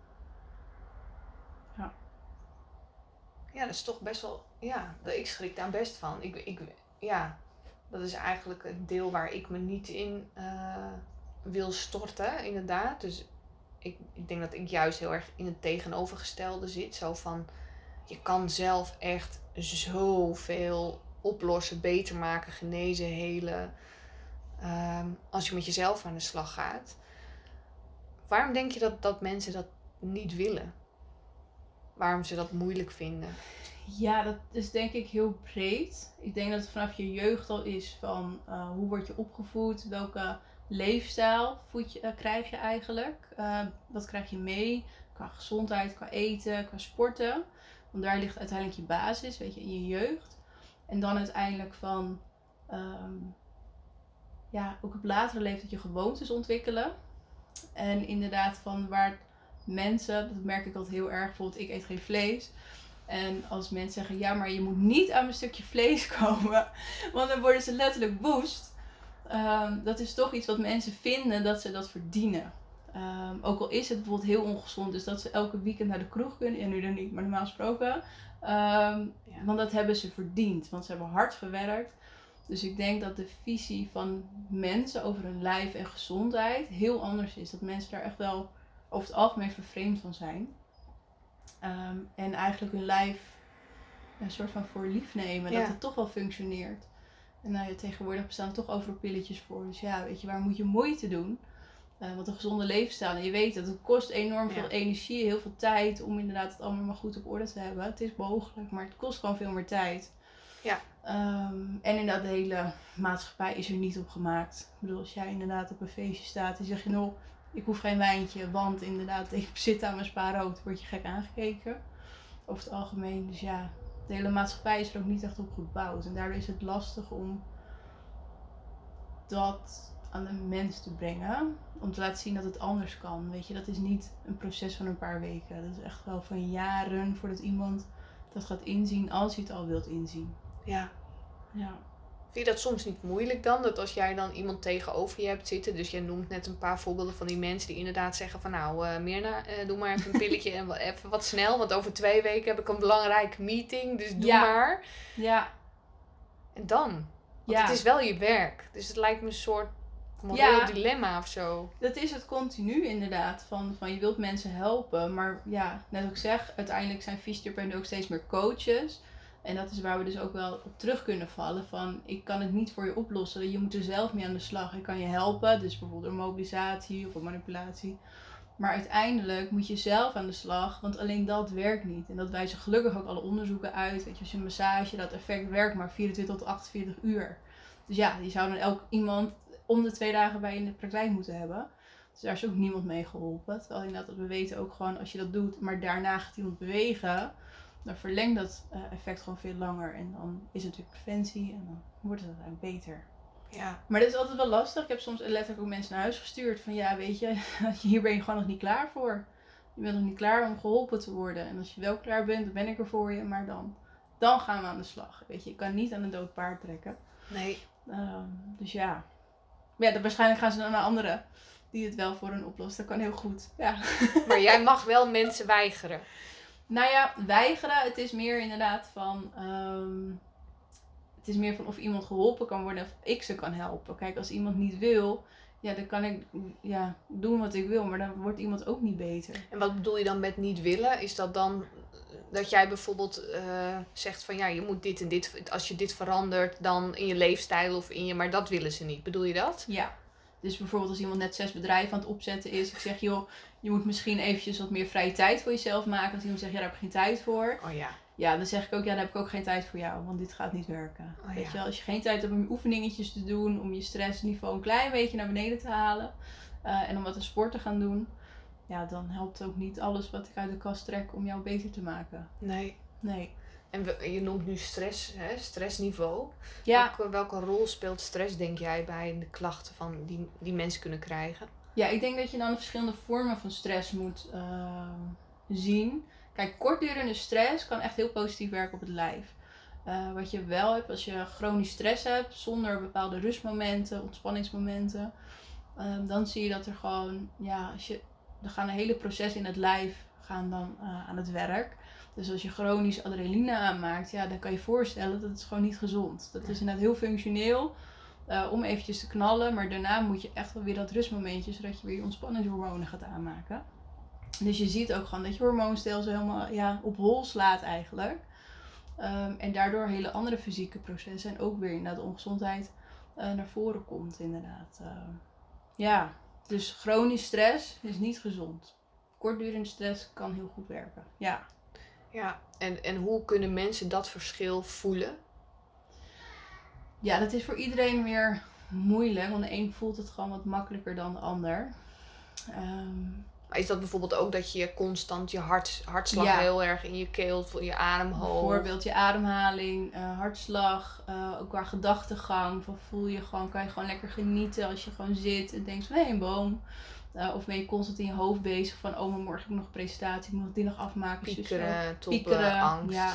Ja. Ja, dat is toch best wel... Ja, ik schrik daar best van. Ja, dat is eigenlijk het deel waar ik me niet in wil storten, inderdaad. Dus ik denk dat ik juist heel erg in het tegenovergestelde zit. Zo van, je kan zelf echt zoveel oplossen, beter maken, genezen, helen. Als je met jezelf aan de slag gaat. Waarom denk je dat mensen dat niet willen? Waarom ze dat moeilijk vinden? Ja, dat is denk ik heel breed. Ik denk dat het vanaf je jeugd al is van hoe word je opgevoed, welke leefstijl krijg je eigenlijk, wat krijg je mee qua gezondheid, qua eten, qua sporten. Want daar ligt uiteindelijk je basis, weet je, in je jeugd. En dan uiteindelijk van, ook op latere leeftijd je gewoontes ontwikkelen. En inderdaad van waar mensen, dat merk ik altijd heel erg, bijvoorbeeld ik eet geen vlees. En als mensen zeggen, ja maar je moet niet aan een stukje vlees komen, want dan worden ze letterlijk woest. Dat is toch iets wat mensen vinden dat ze dat verdienen. Ook al is het bijvoorbeeld heel ongezond, dus dat ze elke weekend naar de kroeg kunnen. Ja, nu dan niet, maar normaal gesproken. Want dat hebben ze verdiend, want ze hebben hard gewerkt. Dus ik denk dat de visie van mensen over hun lijf en gezondheid heel anders is. Dat mensen daar echt wel over het algemeen vervreemd van zijn. En eigenlijk hun lijf een soort van voor lief nemen. Dat het toch wel functioneert. En tegenwoordig bestaan er toch overal pilletjes voor. Dus ja, weet je, waar moet je moeite doen? Want een gezonde levensstijl. En je weet dat het kost enorm veel energie, heel veel tijd om inderdaad het allemaal maar goed op orde te hebben. Het is mogelijk, maar het kost gewoon veel meer tijd. Ja. En inderdaad, de hele maatschappij is er niet op gemaakt. Ik bedoel, als jij inderdaad op een feestje staat en zeg je nou, ik hoef geen wijntje, want inderdaad, ik zit aan mijn spaarrood, word je gek aangekeken. Over het algemeen. Dus ja, de hele maatschappij is er ook niet echt op gebouwd. En daardoor is het lastig om dat aan de mens te brengen. Om te laten zien dat het anders kan. Weet je, dat is niet een proces van een paar weken. Dat is echt wel van jaren voordat iemand dat gaat inzien als hij het al wilt inzien. Ja. Ja. Vind je dat soms niet moeilijk dan? Dat als jij dan iemand tegenover je hebt zitten, dus jij noemt net een paar voorbeelden van die mensen die inderdaad zeggen van nou Mirna, doe maar even een pilletje en even wat snel, want over 2 weken heb ik een belangrijke meeting, dus doe maar. Ja. En dan? Want het is wel je werk, dus het lijkt me een soort moreel dilemma of zo. Dat is het continu inderdaad, van je wilt mensen helpen, maar ja, net als ik zeg, uiteindelijk zijn fysiotherapeuten ook steeds meer coaches. En dat is waar we dus ook wel op terug kunnen vallen van, ik kan het niet voor je oplossen. Je moet er zelf mee aan de slag. Ik kan je helpen, dus bijvoorbeeld door mobilisatie of door manipulatie. Maar uiteindelijk moet je zelf aan de slag, want alleen dat werkt niet. En dat wijzen gelukkig ook alle onderzoeken uit. Weet je, als je een massage, dat effect werkt maar 24 tot 48 uur. Dus ja, je zou dan elk iemand om de 2 dagen bij je in de praktijk moeten hebben. Dus daar is ook niemand mee geholpen. Terwijl inderdaad, we weten ook gewoon, als je dat doet, maar daarna gaat iemand bewegen, dan verlengt dat effect gewoon veel langer. En dan is het weer preventie en dan wordt het uiteindelijk beter. Ja. Maar dat is altijd wel lastig. Ik heb soms letterlijk ook mensen naar huis gestuurd. Van ja, weet je, hier ben je gewoon nog niet klaar voor. Je bent nog niet klaar om geholpen te worden. En als je wel klaar bent, dan ben ik er voor je. Maar dan gaan we aan de slag. Weet je, ik kan niet aan een dood paard trekken. Nee. Dus ja. Maar ja, waarschijnlijk gaan ze dan naar anderen die het wel voor hen oplossen. Dat kan heel goed. Ja. Maar jij mag wel mensen weigeren. Nou ja, weigeren. Het is meer inderdaad van... het is meer van of iemand geholpen kan worden of ik ze kan helpen. Kijk, als iemand niet wil, ja, dan kan ik doen wat ik wil. Maar dan wordt iemand ook niet beter. En wat bedoel je dan met niet willen? Is dat dan dat jij bijvoorbeeld zegt van ja, je moet dit en dit, als je dit verandert dan in je leefstijl of in je, maar dat willen ze niet. Bedoel je dat? Ja. Dus bijvoorbeeld als iemand net 6 bedrijven aan het opzetten is. Ik zeg, joh, je moet misschien eventjes wat meer vrije tijd voor jezelf maken. Als iemand zegt, ja, daar heb ik geen tijd voor. Oh ja. Ja, dan zeg ik ook, ja, dan heb ik ook geen tijd voor jou. Want dit gaat niet werken. Oh, Weet ja. je wel, als je geen tijd hebt om je oefeningetjes te doen. Om je stressniveau een klein beetje naar beneden te halen. En om wat een sport te gaan doen. Ja, dan helpt ook niet alles wat ik uit de kast trek om jou beter te maken. Nee. Nee. En je noemt nu stress, hè? Stressniveau. Ja. Welke rol speelt stress, denk jij, bij de klachten van die mensen kunnen krijgen? Ja, ik denk dat je dan de verschillende vormen van stress moet zien. Kijk, kortdurende stress kan echt heel positief werken op het lijf. Wat je wel hebt, als je chronisch stress hebt, zonder bepaalde rustmomenten, ontspanningsmomenten, dan zie je dat er gewoon, ja, er gaan een hele proces in het lijf gaan dan aan het werk. Dus als je chronisch adrenaline aanmaakt, ja, dan kan je je voorstellen dat het gewoon niet gezond. Dat is inderdaad heel functioneel om eventjes te knallen, maar daarna moet je echt wel weer dat rustmomentje, zodat je weer je ontspanningshormonen gaat aanmaken. Dus je ziet ook gewoon dat je hormoonstelsel helemaal op hol slaat eigenlijk. En daardoor hele andere fysieke processen en ook weer inderdaad de ongezondheid naar voren komt inderdaad. Dus chronisch stress is niet gezond. Kortdurende stress kan heel goed werken. Ja. Ja, en hoe kunnen mensen dat verschil voelen? Ja, dat is voor iedereen weer moeilijk, want de een voelt het gewoon wat makkelijker dan de ander. Maar is dat bijvoorbeeld ook dat je constant je hartslag heel erg in je keel, je adem hoog? Bijvoorbeeld je ademhaling, hartslag, ook qua gedachtegang. Van kan je gewoon lekker genieten als je gewoon zit en denkt van hé, een boom. Of ben je constant in je hoofd bezig van oh, maar morgen heb ik nog een presentatie, ik moet die nog afmaken. Piekeren, angst. Ja.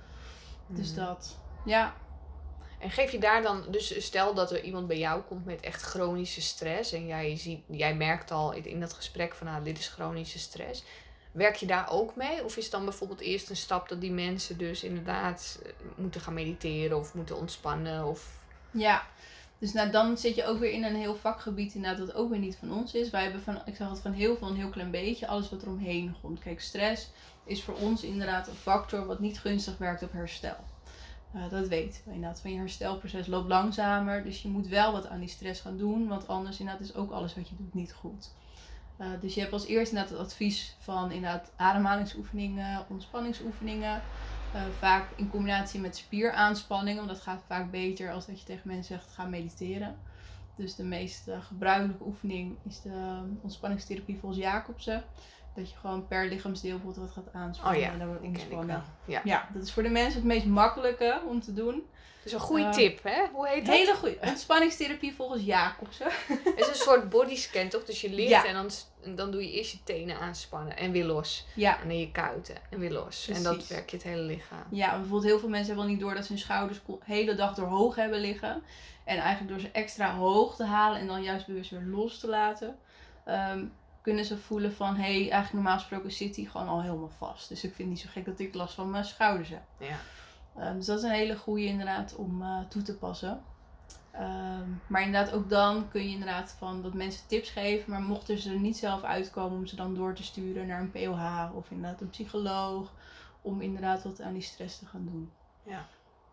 Dus dat, ja. En geef je daar dan, dus stel dat er iemand bij jou komt met echt chronische stress en jij merkt al in dat gesprek van dit is chronische stress. Werk je daar ook mee? Of is dan bijvoorbeeld eerst een stap dat die mensen dus inderdaad moeten gaan mediteren of moeten ontspannen? Of... Ja, dus dan zit je ook weer in een heel vakgebied inderdaad dat ook weer niet van ons is. Wij hebben ik zeg altijd van heel veel een heel klein beetje, alles wat er omheen komt. Kijk, stress is voor ons inderdaad een factor wat niet gunstig werkt op herstel. Dat weten we inderdaad. Van je herstelproces loopt langzamer. Dus je moet wel wat aan die stress gaan doen. Want anders inderdaad is ook alles wat je doet niet goed. Dus je hebt als eerste inderdaad het advies van inderdaad ademhalingsoefeningen, ontspanningsoefeningen. Vaak in combinatie met spieraanspanning. Want dat gaat vaak beter als dat je tegen mensen zegt ga mediteren. Dus de meest gebruikelijke oefening is de ontspanningstherapie volgens Jacobsen. Dat je gewoon per lichaamsdeel bijvoorbeeld wat gaat aanspannen en dan wordt ontspannen. Ja, dat is voor de mensen het meest makkelijke om te doen. Dus een goede tip, hè? Hoe heet dat? Hele goede. Ontspanningstherapie volgens Jacobsen. Het is een soort bodyscan, toch? Dus je ligt en dan doe je eerst je tenen aanspannen en weer los. Ja. En dan je kuiten en weer los. Precies. En dat werk je het hele lichaam. Ja, bijvoorbeeld heel veel mensen hebben wel niet door dat ze hun schouders de hele dag door hoog hebben liggen. En eigenlijk door ze extra hoog te halen en dan juist bewust weer los te laten. Kunnen ze voelen van, eigenlijk normaal gesproken zit hij gewoon al helemaal vast. Dus ik vind het niet zo gek dat ik last van mijn schouders heb. Ja. Dus dat is een hele goede inderdaad om toe te passen. Maar inderdaad ook dan kun je inderdaad van dat mensen tips geven. Maar mochten ze er niet zelf uitkomen om ze dan door te sturen naar een POH of inderdaad een psycholoog. Om inderdaad wat aan die stress te gaan doen. Ja.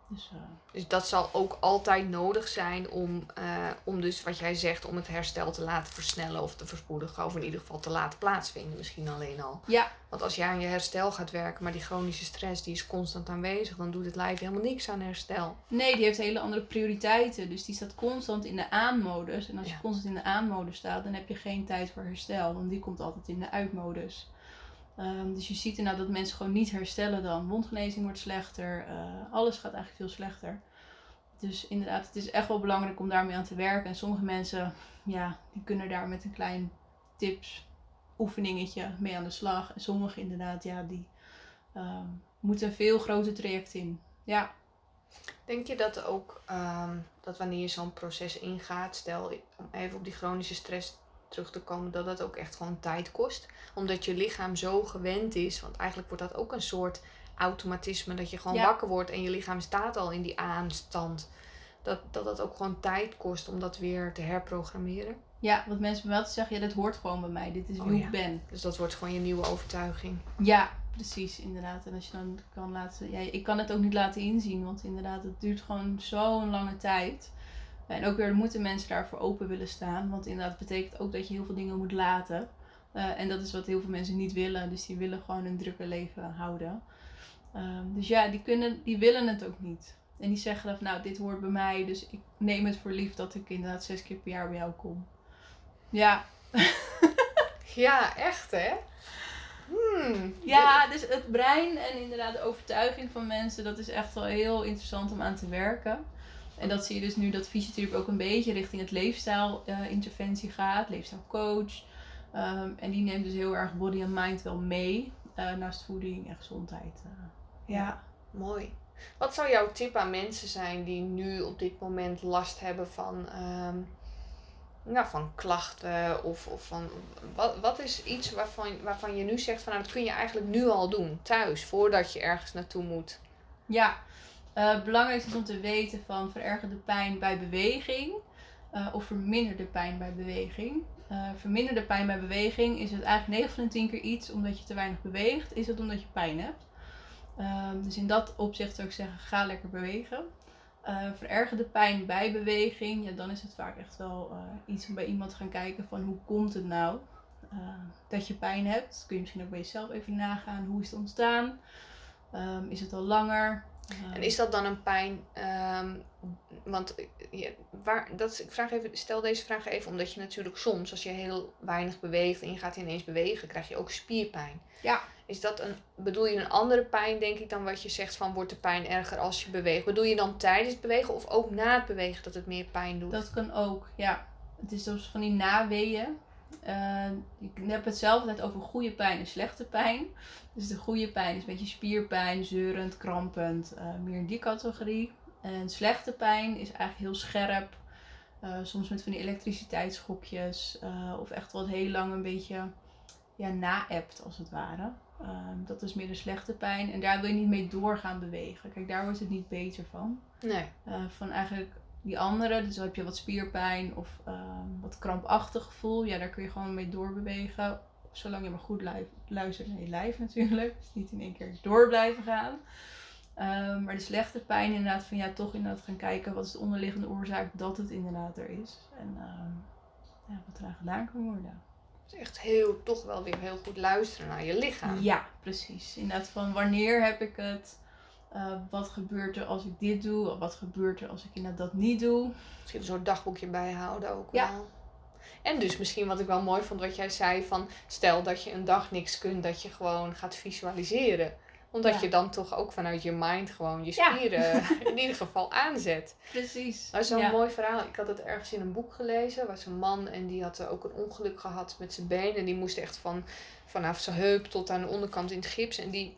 Dus dat zal ook altijd nodig zijn om dus wat jij zegt, om het herstel te laten versnellen of te verspoedigen. Of in ieder geval te laten plaatsvinden misschien alleen al. Ja. Want als jij aan je herstel gaat werken, maar die chronische stress die is constant aanwezig, dan doet het lijf helemaal niks aan herstel. Nee, die heeft hele andere prioriteiten. Dus die staat constant in de aan-modus. En als je constant in de aan-modus staat, dan heb je geen tijd voor herstel. Want die komt altijd in de uit-modus. Dus je ziet inderdaad dat mensen gewoon niet herstellen dan. Wondgenezing wordt slechter. Alles gaat eigenlijk veel slechter. Dus inderdaad, het is echt wel belangrijk om daarmee aan te werken. En sommige mensen, ja, die kunnen daar met een klein tips, oefeningetje mee aan de slag. En sommige inderdaad, ja, die moeten een veel groter traject in. Ja. Denk je dat ook, dat wanneer je zo'n proces ingaat, stel om even op die chronische stress terug te komen, dat dat ook echt gewoon tijd kost? Omdat je lichaam zo gewend is, want eigenlijk wordt dat ook een soort automatisme, dat je gewoon wakker wordt en je lichaam staat al in die aanstand. Dat ook gewoon tijd kost om dat weer te herprogrammeren. Ja, wat mensen bij mij altijd zeggen, ja, dit hoort gewoon bij mij. Dit is wie ik ben. Dus dat wordt gewoon je nieuwe overtuiging. Ja, precies, inderdaad. En als je dan kan laten... Ja, ik kan het ook niet laten inzien, want inderdaad, het duurt gewoon zo'n lange tijd. En ook weer moeten mensen daarvoor open willen staan. Want inderdaad, het betekent ook dat je heel veel dingen moet laten. En dat is wat heel veel mensen niet willen. Dus die willen gewoon een drukke leven houden. Dus ja, die willen het ook niet. En die zeggen dan, nou, dit hoort bij mij. Dus ik neem het voor lief dat ik inderdaad 6 keer per jaar bij jou kom. Ja. Ja, echt hè? Ja, dus het brein en inderdaad de overtuiging van mensen, dat is echt wel heel interessant om aan te werken. En dat zie je dus nu dat fysiotherapie ook een beetje richting het leefstijl-interventie gaat, leefstijlcoach. En die neemt dus heel erg body en mind wel mee, naast voeding en gezondheid. Ja. Mooi. Wat zou jouw tip aan mensen zijn die nu op dit moment last hebben van, van klachten of van... Wat is iets waarvan je nu zegt van nou, dat kun je eigenlijk nu al doen, thuis, voordat je ergens naartoe moet? Ja, het belangrijkste is om te weten van verergerde pijn bij beweging of verminderde pijn bij beweging. Verminderde pijn bij beweging is het eigenlijk 9 van de 10 keer iets omdat je te weinig beweegt, is het omdat je pijn hebt. Dus in dat opzicht zou ik zeggen, ga lekker bewegen. Verergerde pijn bij beweging, ja, dan is het vaak echt wel iets om bij iemand te gaan kijken van hoe komt het nou dat je pijn hebt. Kun je misschien ook bij jezelf even nagaan, hoe is het ontstaan? Is het al langer? En is dat dan een pijn, want ik stel deze vraag even omdat je natuurlijk soms, als je heel weinig beweegt en je gaat ineens bewegen, krijg je ook spierpijn. Ja. Is dat bedoel je een andere pijn, denk ik, dan wat je zegt van wordt de pijn erger als je beweegt? Bedoel je dan tijdens het bewegen of ook na het bewegen dat het meer pijn doet? Dat kan ook, ja. Het is dus van die naweeën. Ik heb het zelf net over goede pijn en slechte pijn. Dus de goede pijn is een beetje spierpijn, zeurend, krampend, meer in die categorie. En slechte pijn is eigenlijk heel scherp. Soms met van die elektriciteitsschokjes. Of echt wat heel lang een beetje na-ebt als het ware. Dat is meer de slechte pijn. En daar wil je niet mee doorgaan bewegen. Kijk, daar wordt het niet beter van. Nee. Van eigenlijk die andere, dus dan heb je wat spierpijn of wat krampachtig gevoel. Ja, daar kun je gewoon mee doorbewegen. Zolang je maar goed luistert naar je lijf natuurlijk. Dus niet in één keer door blijven gaan. Maar de slechte pijn inderdaad van toch inderdaad gaan kijken wat is de onderliggende oorzaak dat het inderdaad er is. En wat eraan gedaan kan worden. Dus echt toch wel weer heel goed luisteren naar je lichaam. Ja, precies. Inderdaad van wanneer heb ik het? Wat gebeurt er als ik dit doe? Of wat gebeurt er als ik inderdaad dat niet doe? Misschien een soort dagboekje bijhouden ook ja. wel. En dus misschien wat ik wel mooi vond wat jij zei van stel dat je een dag niks kunt, dat je gewoon gaat visualiseren. Omdat je dan toch ook vanuit je mind gewoon je spieren in ieder geval aanzet. Precies. Dat is zo'n mooi verhaal. Ik had het ergens in een boek gelezen. Er was een man en die had ook een ongeluk gehad met zijn been. En die moest echt vanaf zijn heup tot aan de onderkant in het gips. En die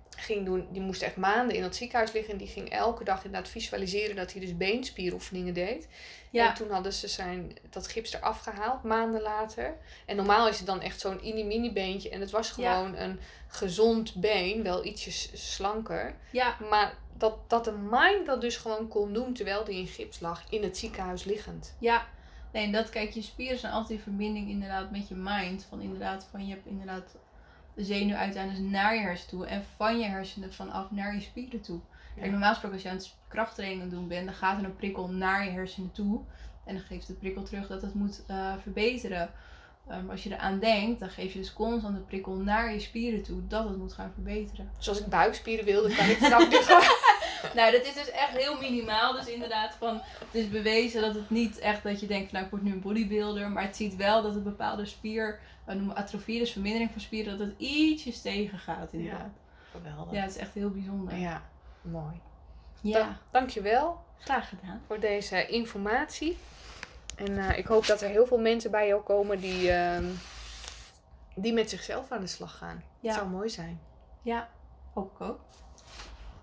moest echt maanden in het ziekenhuis liggen. En die ging elke dag inderdaad visualiseren dat hij dus beenspieroefeningen deed. Ja. En toen hadden ze dat gips eraf gehaald, maanden later. En normaal is het dan echt zo'n mini beentje. En het was gewoon een gezond been, wel ietsjes slanker. Ja. Maar dat de mind dat dus gewoon kon doen terwijl die in gips lag, in het ziekenhuis liggend. Ja, nee, kijk, je spieren zijn altijd in verbinding inderdaad met je mind. Je hebt inderdaad de zenuw uiteindelijk naar je hersenen toe en van je hersenen vanaf naar je spieren toe. Kijk, normaal gesproken als je aan het krachttraining aan het doen bent, dan gaat er een prikkel naar je hersenen toe. En dan geeft de prikkel terug dat het moet verbeteren. Als je eraan denkt, dan geef je dus constant de prikkel naar je spieren toe dat het moet gaan verbeteren. Dus als ik buikspieren wilde, kan ik vanaf nu gewoon... Nou, dat is dus echt heel minimaal. Dus inderdaad, het is bewezen dat het niet echt dat je denkt van ik word nu een bodybuilder. Maar het ziet wel dat een bepaalde spier, noemen we atrofie, dus vermindering van spieren, dat het ietsjes tegengaat inderdaad. Ja, geweldig. Ja, het is echt heel bijzonder. Ja, mooi. Ja, Dankjewel graag gedaan. voor deze informatie. En ik hoop dat er heel veel mensen bij jou komen die met zichzelf aan de slag gaan. Ja. Het zou mooi zijn. Ja, hoop ik ook.